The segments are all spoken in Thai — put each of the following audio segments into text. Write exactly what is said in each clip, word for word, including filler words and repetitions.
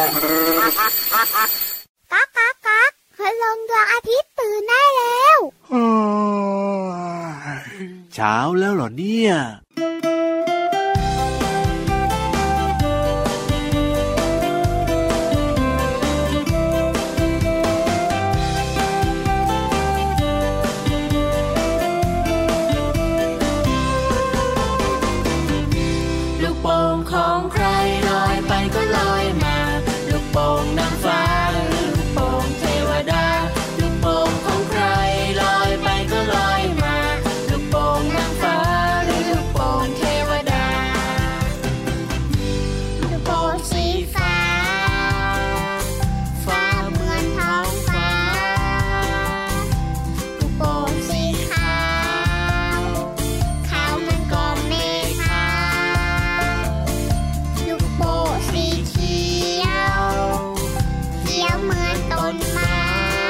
ก๊ากก๊ากก๊ากพลังดวงอาทิตย์ตื่นได้แล้วเช้าแล้วเหรอเนี่ยของใครลอยไปก็ลอยมาลูกโป่งนางฟ้าลูกโป่งเทวดาลูกโป่งของใครลอยไปก็ลอยมาลูกโป่งนางฟ้าหรือลูกโป่งเทวดาลูกโป่งสีฟ้าฟ้าเหมือนท้องฟ้าลูกโป่งสีขาวขาวเหมือนก้อนเมฆสีเขียวเขียวเหมือนต้นไม้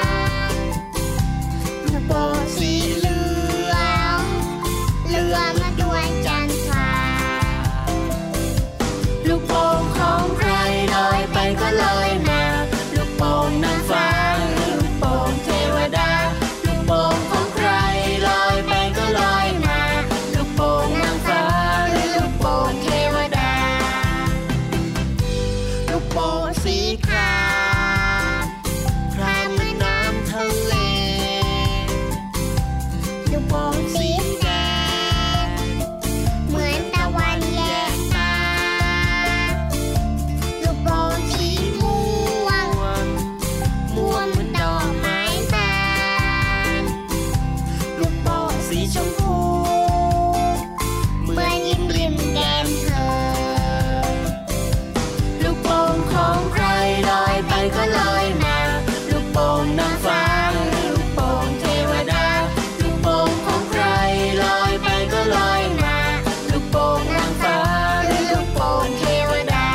ลูกโป่งสีเหลืองเหลืองมาด้วยจันทราลูกโป่งของใครลอยไปก็ลอยมาลูกโป่งนางฟ้าลูกโป่งเทวดาลูกโป่งของใครลอยไปก็ลอยมาลูกโป่งนางฟ้าหรือลูกโป่งเทวดาลูกโป่งสีครามครามเหมือนน้ำทะเลลูกโป่งสีแดงเหมือนตะวันแยกตาลูกโป่งสีม่วงม่วงเหมือนดอกไม้บานลูกโป่งสีชมพูเหมือนยิ้มริมแก้มเธอลูกโป่งของใครลอยไปก็ลอยมาลูกโป่งนางฟ้าลูกโป่งเทวดาลูกโป่งของใครลอยไปก็ลอยมาลูกโป่งนางฟ้าหรือลูกโป่งเทวดา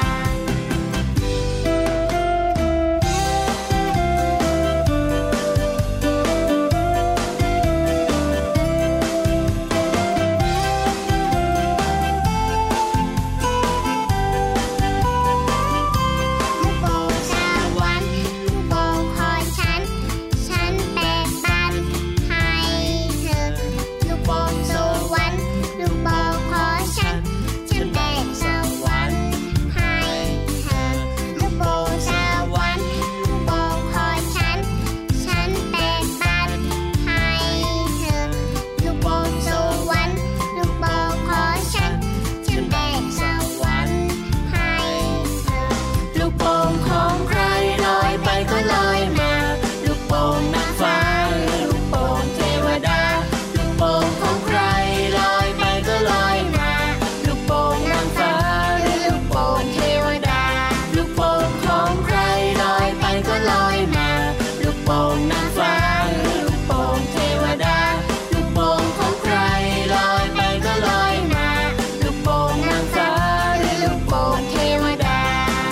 ลูกโป่งสวรรค์ลูกโป่งของฉันฉันแบ่งปันให้เธอลูกโป่งสวรรค์ลูกโป่งของฉันฉันแบ่งสวรรค์ให้เธอลูกโป่งสวรรค์ลูกโป่งของฉันฉันแบ่งปันให้เธอลูกโป่งสวรรค์ลูกโป่งของฉันฉันแบ่งสวรรค์ให้เธอลูกโป่งของใครลอยไปก็ลอยมาลูกโป่งนางฟ้าลูกโป่งเทวดาลูกโป่งของใครลอยไปก็ลอยมาลูกโป่งนางฟ้าหรือลูกโป่งเทวดาลูกโป่งของใครลอยไปก็ลอยมาลูกโป่งนางฟ้าหรือลูกโป่งเทวดาลูกโป่งของใครลอยไปก็ลอยมาลูกโป่งนางฟ้าหรือลูกโป่งเทวดา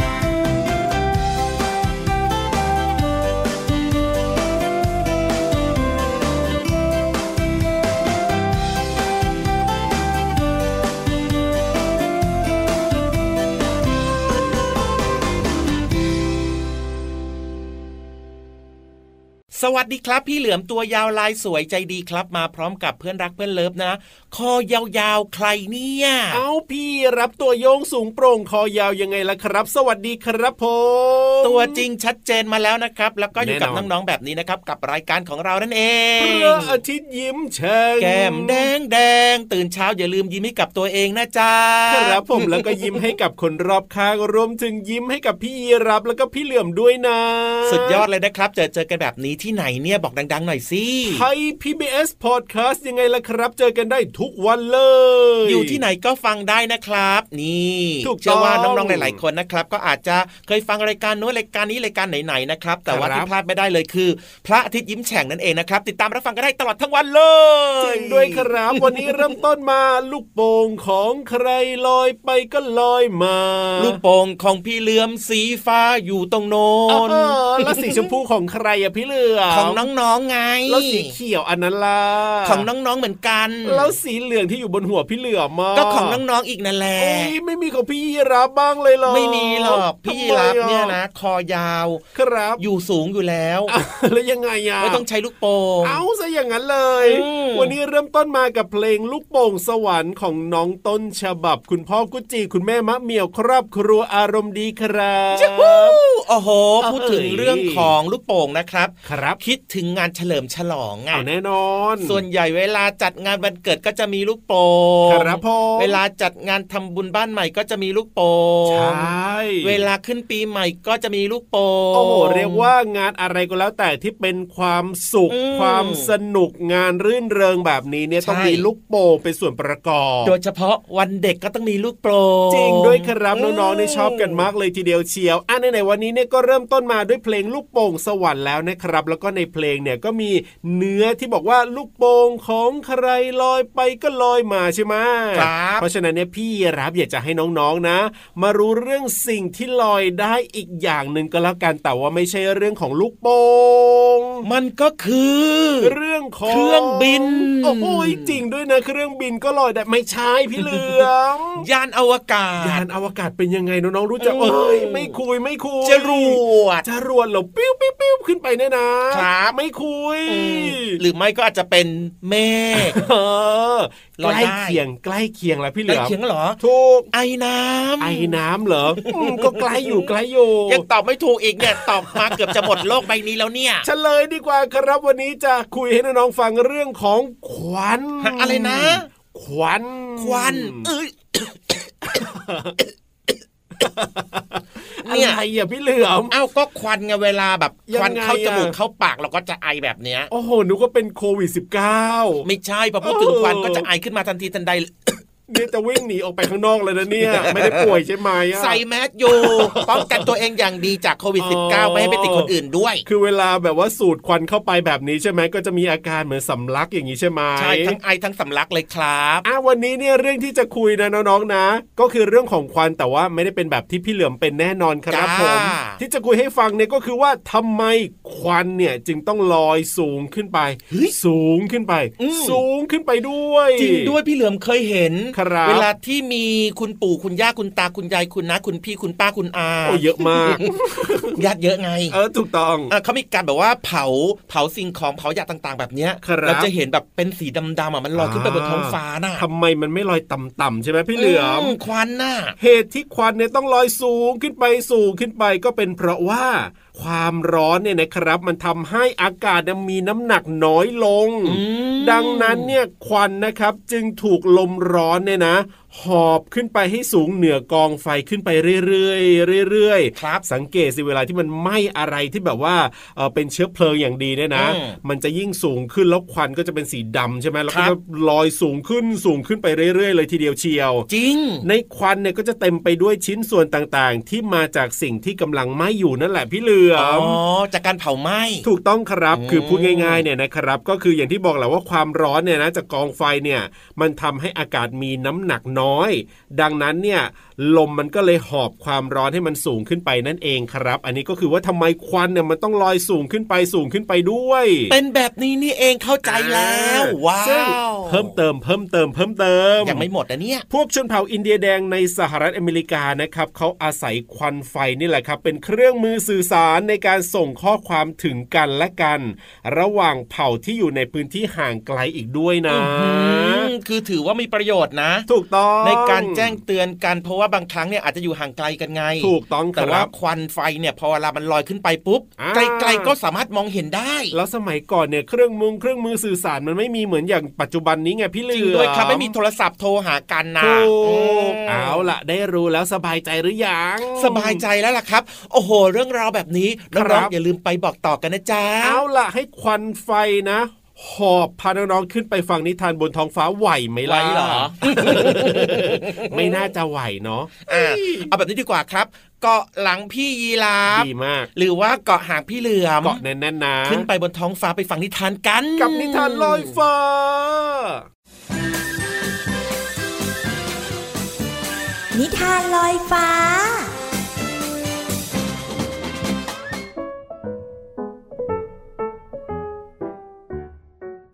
สวัสดีครับพี่เหลือมตัวยาวลายสวยใจดีครับมาพร้อมกับเพื่อนรักเพื่อนเลิฟนะคอยาวๆใครเนี่ยเอาพี่รับตัวโยงสูงโปร่งคอยาวยังไงล่ะครับสวัสดีครับผมตัวจริงชัดเจนมาแล้วนะครับแล้วก็อยู่กับน้องๆแบบนี้นะครับกับรายการของเรานั่นเองพระอาทิตย์ยิ้มแฉ่งแก้มแดงแดงตื่นเช้าอย่าลืมยิ้มให้กับตัวเองนะจ๊ะครับผมแล้วก็ยิ้มให้กับคนรอบข้างรวมถึงยิ้มให้กับพี่รับแล้วก็พี่เหลือมด้วยนะสุดยอดเลยนะครับเจอเจอกันแบบนี้ที่ไหนเนี่ยบอกดังๆหน่อยสิไทย พี บี เอส Podcast ยังไงล่ะครับเจอกันได้ทุกวันเลยอยู่ที่ไหนก็ฟังได้นะครับนี่เชื่อว่าน้องๆหลายๆคนนะครับก็อาจจะเคยฟังรายการโน้นรายการนี้รายการไหนๆนะครับแต่ว่าที่พลาดไม่ได้เลยคือพระอาทิตย์ยิ้มแฉ่งนั่นเองนะครับติดตามรับฟังกันได้ตลอดทั้งวันเลยจริงด้วยครับวันนี้เริ่มต้นมาลูกโป่งของใครลอยไปก็ลอยมาลูกโป่งของพี่เหลือมสีฟ้าอยู่ตรงโน้นแล้วสีชมพูของใครอะพี่เหลืออมของน้องๆไงแล้วสีเขียวอันนั้นล่ะของน้องๆเหมือนกันแล้วสีเหลืองที่อยู่บนหัวพี่เหลือมก็ของน้องๆอีกนั่นแหละไม่มีของพี่ยีราฟบ้างเลยหรอไม่มีหรอกพี่ยีราฟเนี่ยนะคอยาวครับอยู่สูงอยู่แล้วแล้วยังไงอ่ะไม่ต้องใช้ลูกโป่งเอาซะอย่างนั้นเลยวันนี้เริ่มต้นมากับเพลงลูกโป่งสวรรค์ของน้องต้นฉบับคุณพ่อกุจิคุณแม่มะเหมี่ยวครอบครัวอารมณ์ดีครับโอ้โหพูดถึงเรื่องของลูกโป่งนะครับครับคิดถึงงานเฉลิมฉลองไงแน่นอนส่วนใหญ่เวลาจัดงานวันเกิดก็จะมีลูกโป่งครับพ่อเวลาจัดงานทำบุญบ้านใหม่ก็จะมีลูกโป่งใช่เวลาขึ้นปีใหม่ก็จะมีลูกโป่งโอ้โหเรียกว่างานอะไรก็แล้วแต่ที่เป็นความสุขความสนุกงานรื่นเริงแบบนี้เนี่ยต้องมีลูกโป่งเป็นส่วนประกอบโดยเฉพาะวันเด็กก็ต้องมีลูกโป่งจริงด้วยครับน้องๆนี่ชอบกันมากเลยทีเดียวเชียวอ่ะในวันนี้เนี่ยก็เริ่มต้นมาด้วยเพลงลูกโป่งสวรรค์แล้วนะครับแล้วก็ในเพลงเนี่ยก็มีเนื้อที่บอกว่าลูกโป่งของใครลอยไปก็ลอยมาใช่ไหมครับเพราะฉะนั้นเนี่ยพี่รับอยากจะให้น้องๆนะมารู้เรื่องสิ่งที่ลอยได้อีกอย่างหนึ่งก็แล้วกันแต่ว่าไม่ใช่เรื่องของลูกโป่งมันก็คือเรื่องของเครื่องบินโอ้โหจริงด้วยนะเครื่องบินก็ลอยได้ไม่ใช่พี่เหลือมยานอวกาศยานอวกาศเป็นยังไงน้องๆรู้จักเอ้ยไม่คุยไม่คุยจรวดจรวดเหรอปิ้วปิ้วปิ้วขึ้นไปเนี่ยนะครับไม่คุยหรือไม่ก็อาจจะเป็นเมฆใกล้เคียงใกล้เคียงแล้วพี่เหลือมใกล้เคียงเหรอถูกไอ้น้ำไอ้น้ำเหรอก็ใกล้อยู่ใกล้อยู่ยังตอบไม่ถูกอีกเนี่ยตอบมาเกือบจะหมดโลกใบนี้แล้วเนี่ยเฉลยดีกว่าครับวันนี้จะคุยให้น้องๆฟังเรื่องของควันอะไรนะควันควันเอ้ยอะไรอ่ะพี่เหลือมเอ้าก็ควันไงเวลาแบบควันเข้าจมูกเข้าปากเราก็จะไอแบบเนี้ยโอ้โหนึกว่าเป็นโควิด สิบเก้าไม่ใช่พอพูดถึงควันก็จะไอขึ้นมาทันทีทันใดเนี่ยจะวิ่งหนีออกไปข้างนอกเลยนะเนี่ยไม่ได้ป่วยใช่ไหมใส่แมสอยู่ป้องกันตัวเองอย่างดีจากโควิด สิบเก้า ไม่ให้ไปติดคนอื่นด้วยคือเวลาแบบว่าสูดควันเข้าไปแบบนี้ใช่ไหมก็จะมีอาการเหมือนสำลักอย่างนี้ใช่ไหมใช่ทั้งไอทั้งสำลักเลยครับอ่ะวันนี้เนี่ยเรื่องที่จะคุยนะน้องๆนะก็คือเรื่องของควันแต่ว่าไม่ได้เป็นแบบที่พี่เหลือมเป็นแน่นอนครับผมที่จะคุยให้ฟังเนี่ยก็คือว่าทำไมควันเนี่ยจึงต้องลอยสูงขึ้นไปสูงขึ้นไปสูงขึ้นไปด้วยจริงด้วยพี่เหลือมเคยเห็นเวลาที่มีคุณปู่คุณย่าคุณตาคุณยายคุณน้าคุณพี่คุณป้าคุณอาโอ้เยอะมากญาติเยอะไงเออถูกต้องเขามีการแบบว่าเผาเผาสิ่งของเผาหยาต่างๆแบบเนี้ยเราจะเห็นแบบเป็นสีดำๆอ่ะมันลอยขึ้นไปบนท้องฟ้าน่ะทำไมมันไม่ลอยต่ำๆใช่ไหมพี่เหลือมควันน่ะเหตุที่ควันเนี่ยต้องลอยสูงขึ้นไปสูงขึ้นไปก็เป็นเพราะว่าความร้อนเนี่ยนะครับมันทำให้อากาศมีน้ำหนักน้อยลงดังนั้นเนี่ยควันนะครับจึงถูกลมร้อนเนี่ยนะหอบขึ้นไปให้สูงเหนือกองไฟขึ้นไปเรื่อยๆเรื่อยๆครับสังเกตสิเวลาที่มันไหม้อะไรที่แบบว่าเออเป็นเชื้อเพลิงอย่างดีเนี่ยนะมันจะยิ่งสูงขึ้นแล้วควันก็จะเป็นสีดำใช่ไหมแล้วก็จะลอยสูงขึ้นสูงขึ้นไปเรื่อยๆเลยทีเดียวเชียวจริงในควันเนี่ยก็จะเต็มไปด้วยชิ้นส่วนต่างๆที่มาจากสิ่งที่กำลังไหม้อยู่นั่นแหละพี่เหลือมอ๋อจากการเผาไหม้ถูกต้องครับคือพูดง่ายๆเนี่ยนะครับก็คืออย่างที่บอกแหละว่าความร้อนเนี่ยนะจากกองไฟเนี่ยมันทำให้อากาศมีน้ำหนักน้อยดังนั้นเนี่ยลมมันก็เลยหอบความร้อนให้มันสูงขึ้นไปนั่นเองครับอันนี้ก็คือว่าทำไมควันเนี่ยมันต้องลอยสูงขึ้นไปสูงขึ้นไปด้วยเป็นแบบนี้นี่เองเข้าใจแล้วว้าวเพิ่มเติมเพิ่มเติมเพิ่มเติมยังไม่หมดนะเนี่ยพวกชนเผ่าอินเดียแดงในสหรัฐอเมริกานะครับเขาอาศัยควันไฟนี่แหละครับเป็นเครื่องมือสื่อสารในการส่งข้อความถึงกันและกันระหว่างเผ่าที่อยู่ในพื้นที่ห่างไกลอีกด้วยนะคือถือว่ามีประโยชน์นะถูกต้องในการแจ้งเตือนกันเพราะว่าบางครั้งเนี่ยอาจจะอยู่ห่างไกลกันไงถูกต้องแต่ว่าควันไฟเนี่ยพอเวลามันลอยขึ้นไปปุ๊บไกลๆก็สามารถมองเห็นได้แล้วสมัยก่อนเนี่ยเครื่องมือเครื่องมือสื่อสารมันไม่มีเหมือนอย่างปัจจุบันนี้ไงพี่เหลือมจริงด้วยครับไม่มีโทรศัพท์โทรหากันนะเอาล่ะได้รู้แล้วสบายใจหรือยังสบายใจแล้วล่ะครับโอ้โหเรื่องราวแบบนี้น้องๆอย่าลืมไปบอกต่อกันนะจ๊ะเอาล่ะให้ควันไฟนะหอบพาน้องๆขึ้นไปฟังนิทานบนท้องฟ้าไหวไหมล่ะไหวเหรอไม่น่าจะไหวเนาะเอาแบบนี้ดีกว่าครับเกาะหลังพี่ยีราฟดีมากหรือว่าเกาะหางพี่เหลือมเกาะแน่นๆนะขึ้นไปบนท้องฟ้าไปฟังนิทานกันกับนิทานลอยฟ้านิทานลอยฟ้า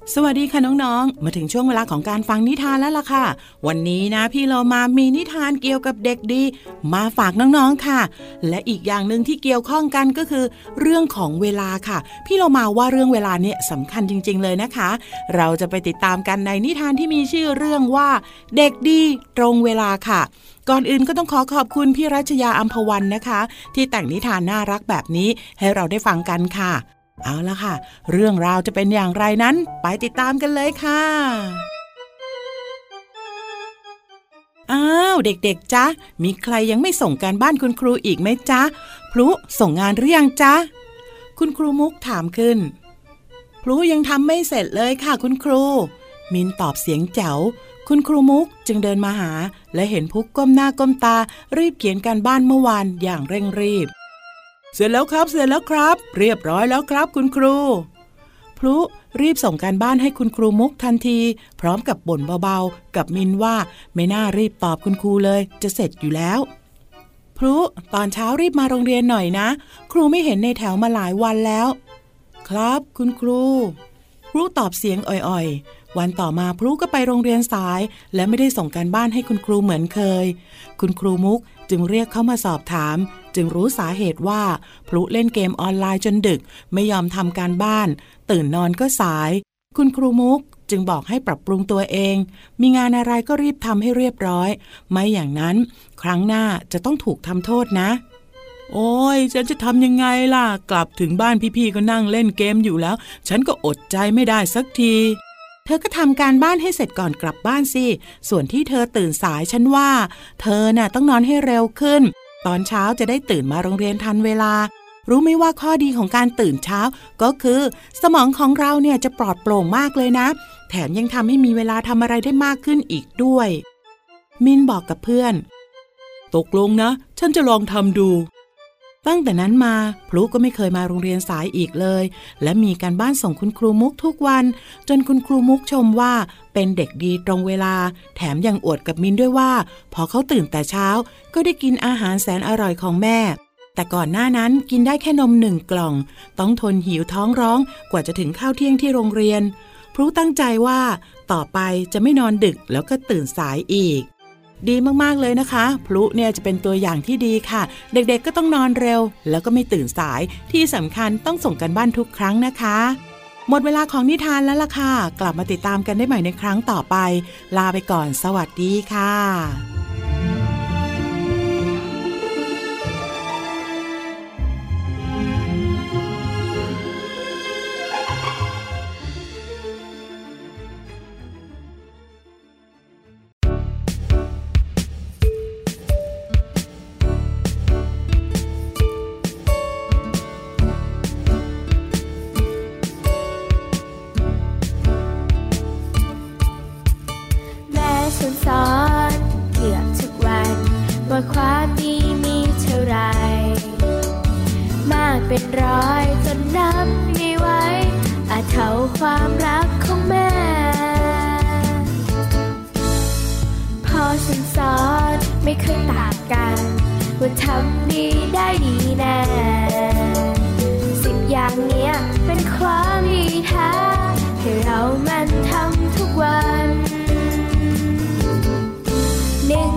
สวัสดีค่ะน้องๆมาถึงช่วงเวลาของการฟังนิทานแล้วล่ะค่ะวันนี้นะพี่เรามามีนิทานเกี่ยวกับเด็กดีมาฝากน้องๆค่ะและอีกอย่างนึงที่เกี่ยวข้องกันก็คือเรื่องของเวลาค่ะพี่เรามาว่าเรื่องเวลาเนี่ยสำคัญจริงๆเลยนะคะเราจะไปติดตามกันในนิทานที่มีชื่อเรื่องว่าเด็กดีตรงเวลาค่ะก่อนอื่นก็ต้องขอขอบคุณพี่รัชยาอัมพวันนะคะที่แต่งนิทานน่ารักแบบนี้ให้เราได้ฟังกันค่ะเอาละค่ะเรื่องราวจะเป็นอย่างไรนั้นไปติดตามกันเลยค่ะอ้าวเด็กๆจ๊ะมีใครยังไม่ส่งการบ้านคุณครูอีกไหมจ๊ะพลุส่งงานหรือยังจ๊ะคุณครูมุกถามขึ้นพลุยังทำไม่เสร็จเลยค่ะคุณครูมินตอบเสียงแจ๋วคุณครูมุกจึงเดินมาหาและเห็นพุกก้มหน้าก้มตารีบเขียนการบ้านเมื่อวานอย่างเร่งรีบเสร็จแล้วครับเสร็จแล้วครับเรียบร้อยแล้วครับคุณครูพลุรีบส่งการบ้านให้คุณครูมุกทันทีพร้อมกับบ่นเบาๆกับมินว่าไม่น่ารีบตอบคุณครูเลยจะเสร็จอยู่แล้วพลุตอนเช้ารีบมาโรงเรียนหน่อยนะครูไม่เห็นในแถวมาหลายวันแล้วครับคุณครูพลุตอบเสียงอ่อยๆวันต่อมาพลุก็ไปโรงเรียนสายและไม่ได้ส่งการบ้านให้คุณครูเหมือนเคยคุณครูมุกจึงเรียกเขามาสอบถามจึงรู้สาเหตุว่าพลุเล่นเกมออนไลน์จนดึกไม่ยอมทำการบ้านตื่นนอนก็สายคุณครูมุกจึงบอกให้ปรับปรุงตัวเองมีงานอะไรก็รีบทำให้เรียบร้อยไม่อย่างนั้นครั้งหน้าจะต้องถูกทำโทษนะโอ้ยฉันจะทำยังไงล่ะกลับถึงบ้านพี่ๆก็นั่งเล่นเกมอยู่แล้วฉันก็อดใจไม่ได้สักทีเธอก็ทำการบ้านให้เสร็จก่อนกลับบ้านสิส่วนที่เธอตื่นสายฉันว่าเธอน่ะต้องนอนให้เร็วขึ้นตอนเช้าจะได้ตื่นมาโรงเรียนทันเวลารู้ไหมว่าข้อดีของการตื่นเช้าก็คือสมองของเราเนี่ยจะปลอดโปร่งมากเลยนะแถมยังทำให้มีเวลาทำอะไรได้มากขึ้นอีกด้วยมินบอกกับเพื่อนตกลงนะฉันจะลองทำดูตั้งแต่นั้นมาพลุก็ไม่เคยมาโรงเรียนสายอีกเลยและมีการบ้านส่งคุณครูมุกทุกวันจนคุณครูมุกชมว่าเป็นเด็กดีตรงเวลาแถมยังอวดกับมินด้วยว่าพอเขาตื่นแต่เช้าก็ได้กินอาหารแสนอร่อยของแม่แต่ก่อนหน้านั้นกินได้แค่นมหนึ่งกล่องต้องทนหิวท้องร้องกว่าจะถึงข้าวเที่ยงที่โรงเรียนพลุตั้งใจว่าต่อไปจะไม่นอนดึกแล้วก็ตื่นสายอีกดีมากๆเลยนะคะพลุเนี่ยจะเป็นตัวอย่างที่ดีค่ะเด็กๆก็ต้องนอนเร็วแล้วก็ไม่ตื่นสายที่สำคัญต้องส่งกันบ้านทุกครั้งนะคะหมดเวลาของนิทานแล้วล่ะค่ะกลับมาติดตามกันได้ใหม่ในครั้งต่อไปลาไปก่อนสวัสดีค่ะความดีมีเท่าไรมากเป็นร้อยจนนับไม่ไหวอาจเท่าความรักของแม่พอฉันสอนไม่เคยต่างกันว่าทำดีได้ดีแน่สิ่งอย่างเนี้ยเป็นความดีแท้ให้เรามันทำทุกวันหนึ่ง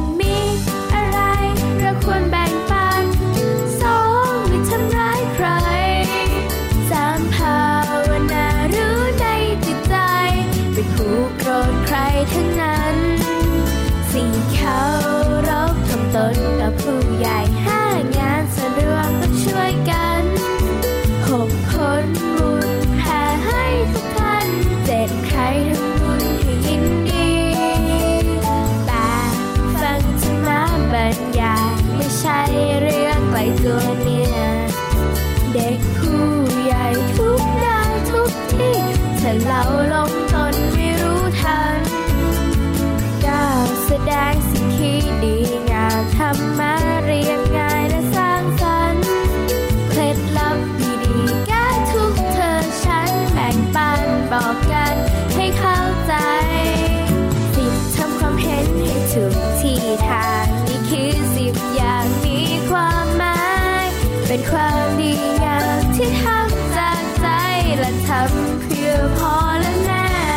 ควรแบ่งปันสองไม่ทำร้ายใครสามภาวนารู้ในจิตใจไม่ผูกโกรธใครทั้งนั้นสี่เคารพถ่อมตนต่อผู้ใหญ่ห้างานสะดวกต้องช่วยกันหกคนบุญแผ่ให้ทุกท่านเจ็ดใครทำบุญให้ยินดีแปดฟังธรรมะบรรยายใช่เรื่องไกลตัวเนี่ยเด็กผู้ใหญ่ทุกด้านทุกที่ถ้าเราลงตนไม่รู้ทันก้าวแสดงสิ่งที่ดีงามทำมาเรียบง่ายและสร้างสรรค์เคล็ดลับดีๆแก้ทุกเธอฉันแบ่งปันบอกกันให้เข้าใจสิบทำความเห็นให้ถูกที่ทางนี่คือสิบอย่างมีความหมายเป็นความดีงามที่ทำจากใจและทำเพื่อพอและแน่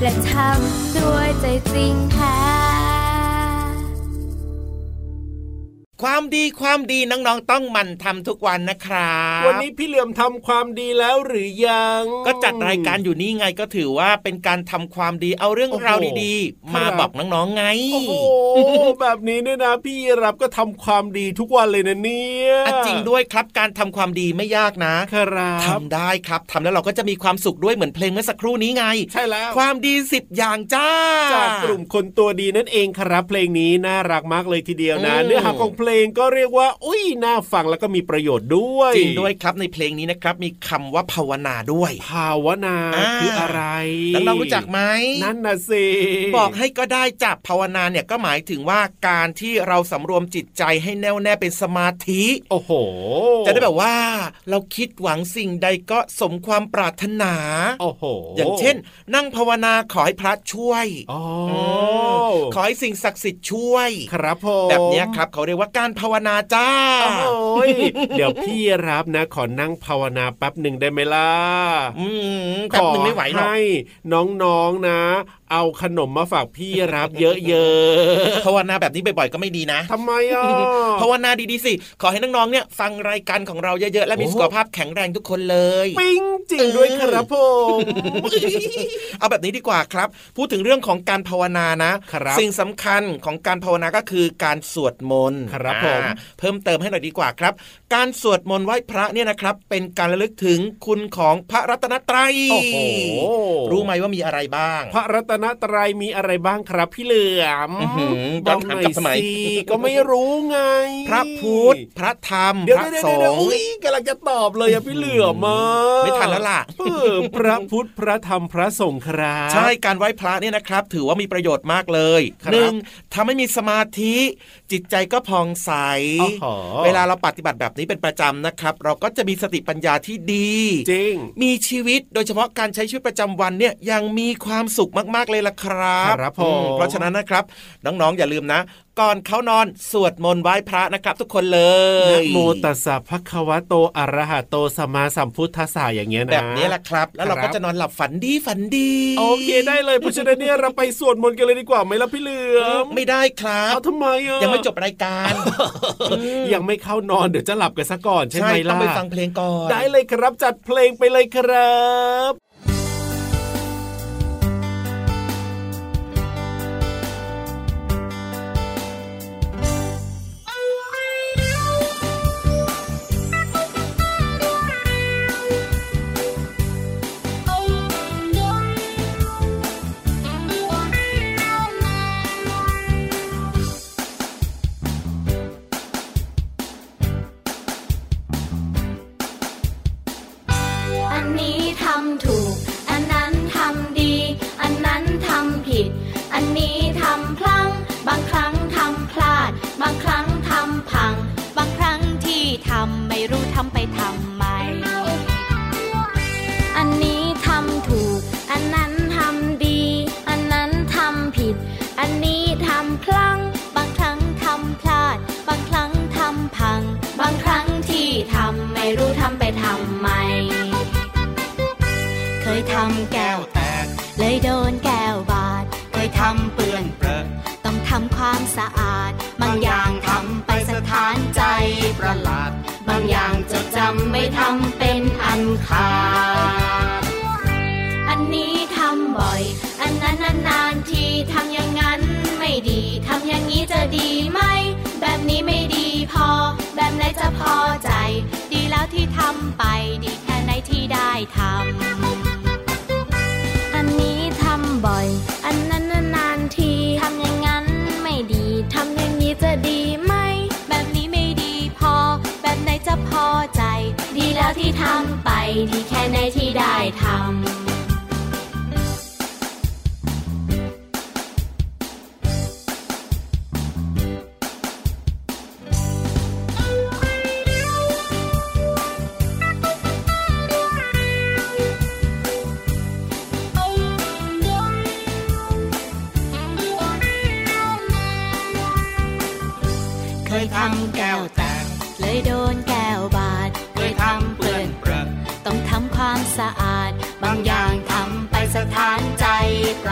และทำด้วยใจจริงแท้ความดีความดีน้องๆต้องหมั่นทำทุกวันนะครับวันนี้พี่เหลือมทำความดีแล้วหรือยังก็จัดรายการอยู่นี่ไงก็ถือว่าเป็นการทำความดีเอาเรื่องราวดีๆมาบอกน้องๆไงโอ้โหแบบนี้เนี่ยนะพี่รับก็ทำความดีทุกวันเลยนะเนี่ยจริงด้วยครับการทำความดีไม่ยากนะครับทำได้ครับทำแล้วเราก็จะมีความสุขด้วยเหมือนเพลงเมื่อสักครู่นี้ไงใช่แล้วความดีสิบอย่างจ้าจากกลุ่มคนตัวดีนั่นเองครับเพลงนี้น่ารักมากเลยทีเดียวนะเนื้อหาของเพลงก็เรียกว่าอุ้ยน่าฟังแล้วก็มีประโยชน์ด้วยจริงด้วยครับในเพลงนี้นะครับมีคำว่าภาวนาด้วยภาวนาคืออะไรน้องๆรู้จักไหมนั่นน่ะสิบอกให้ก็ได้จับภาวนาเนี่ยก็หมายถึงว่าการที่เราสำรวมจิตใจให้แน่วแน่เป็นสมาธิโอ้โหจะได้แบบว่าเราคิดหวังสิ่งใดก็สมความปรารถนาโอ้โหอย่างเช่นนั่งภาวนาขอให้พระช่วยอ๋อขอให้สิ่งศักดิ์สิทธิ์ช่วยครับผมแบบนี้ครับเขาเรียกว่าการภาวนาจ้าโอ้ยเดี๋ยวพี่รับนะขอนั่งภาวนาแป๊บหนึ่งได้ไหมล่ะอืมแป๊บหนึ่งไม่ไหวหรอกให้น้องๆนะเอาขนมมาฝากพี่รับเยอะๆภาวนาแบบนี้บ่อยๆก็ไม่ดีนะทำไมอ่ะภาวนาดีๆสิขอให้น้องๆเนี่ยฟังรายการของเราเยอะๆและมีสุขภาพแข็งแรงทุกคนเลยปิ๊งจริงด้วยครับผมเอาแบบนี้ดีกว่าครับพูดถึงเรื่องของการภาวนานะสิ่งสำคัญของการภาวนาก็คือการสวดมนต์ครับผมเพิ่มเติมให้หน่อยดีกว่าครับการสวดมนต์ไหว้พระเนี่ยนะครับเป็นการระลึกถึงคุณของพระรัตนตรัยโอ้โหรู้ไหมว่ามีอะไรบ้างพระรัตนตรัยมีอะไรบ้างครับพี่เหลือมบอกหน่อยสิก็ไม่รู้ไงพระพุทธพระธรรมพระสงฆ์กำลังจะตอบเลยอะพี่เหลือมมาไม่ทันแล้วล่ะพระพุทธพระธรรมพระสงฆ์ครับใช่การไหว้พระเนี่ยนะครับถือว่ามีประโยชน์มากเลยหนึ่งทำให้มีสมาธิจิตใจก็ผ่องใสเวลาเราปฏิบัติแบบนี้เป็นประจำนะครับเราก็จะมีสติปัญญาที่ดีจริงมีชีวิตโดยเฉพาะการใช้ชีวิตประจำวันเนี่ยยังมีความสุขมากๆเลยล่ะครับครับผมเพราะฉะนั้นนะครับน้องๆอย่าลืมนะก่อนเข้านอนสวดมนต์ไหว้พระนะครับทุกคนเลยนะโมตัสสะภะคะวะโตอะระหะโตสัมมาสัมพุทธัสสะอย่างเงี้ยนะแบบนี้แหละครับแล้วเราก็จะนอนหลับฝันดีฝันดีโอเคได้เลยเพราะฉะนั้นเนี่ยเราไปสวดมนต์กันเลยดีกว่าไหมล่ะพี่เหลือมไม่ได้ครับเอาทำไมอ่ะยังไม่จบรายการยังไม่เข้านอนเดี๋ยวจะหลับกันซะก่อนใช่ไหมล่ะต้องไปฟังเพลงก่อนได้เลยครับจัดเพลงไปเลยครับเคยทำแก้วแตกเลยโดนแก้วบาดเคยทำเปื้อนเปรอะต้องทำความสะอาดบางอย่างทำไปสถานใจประหลาดบางอย่างจะจำไม่ทำเป็นอันขาดอันนี้ทำบ่อยอันนั้นนานๆทีทำอย่างนั้นไม่ดีทำอย่างนี้จะดีไหมแบบนี้ไม่ดีพอแบบไหนจะพอใจดีแล้วที่ทำไปดีแค่ไหนที่ได้ทำอันนี้ทำบ่อยอันนั้นนานๆทีทำอย่างนั้นไม่ดีทำอย่างนี้จะดีไหมแบบนี้ไม่ดีพอแบบไหนจะพอใจดีแล้วที่ทำไปดีแค่ไหนที่ได้ทำเคยทำแก้วแตกเลยโดนแก้วบาดเคยทำเปื้อนเปรอะต้องทำความสะอาดบางอย่างทำไปสถานใจประ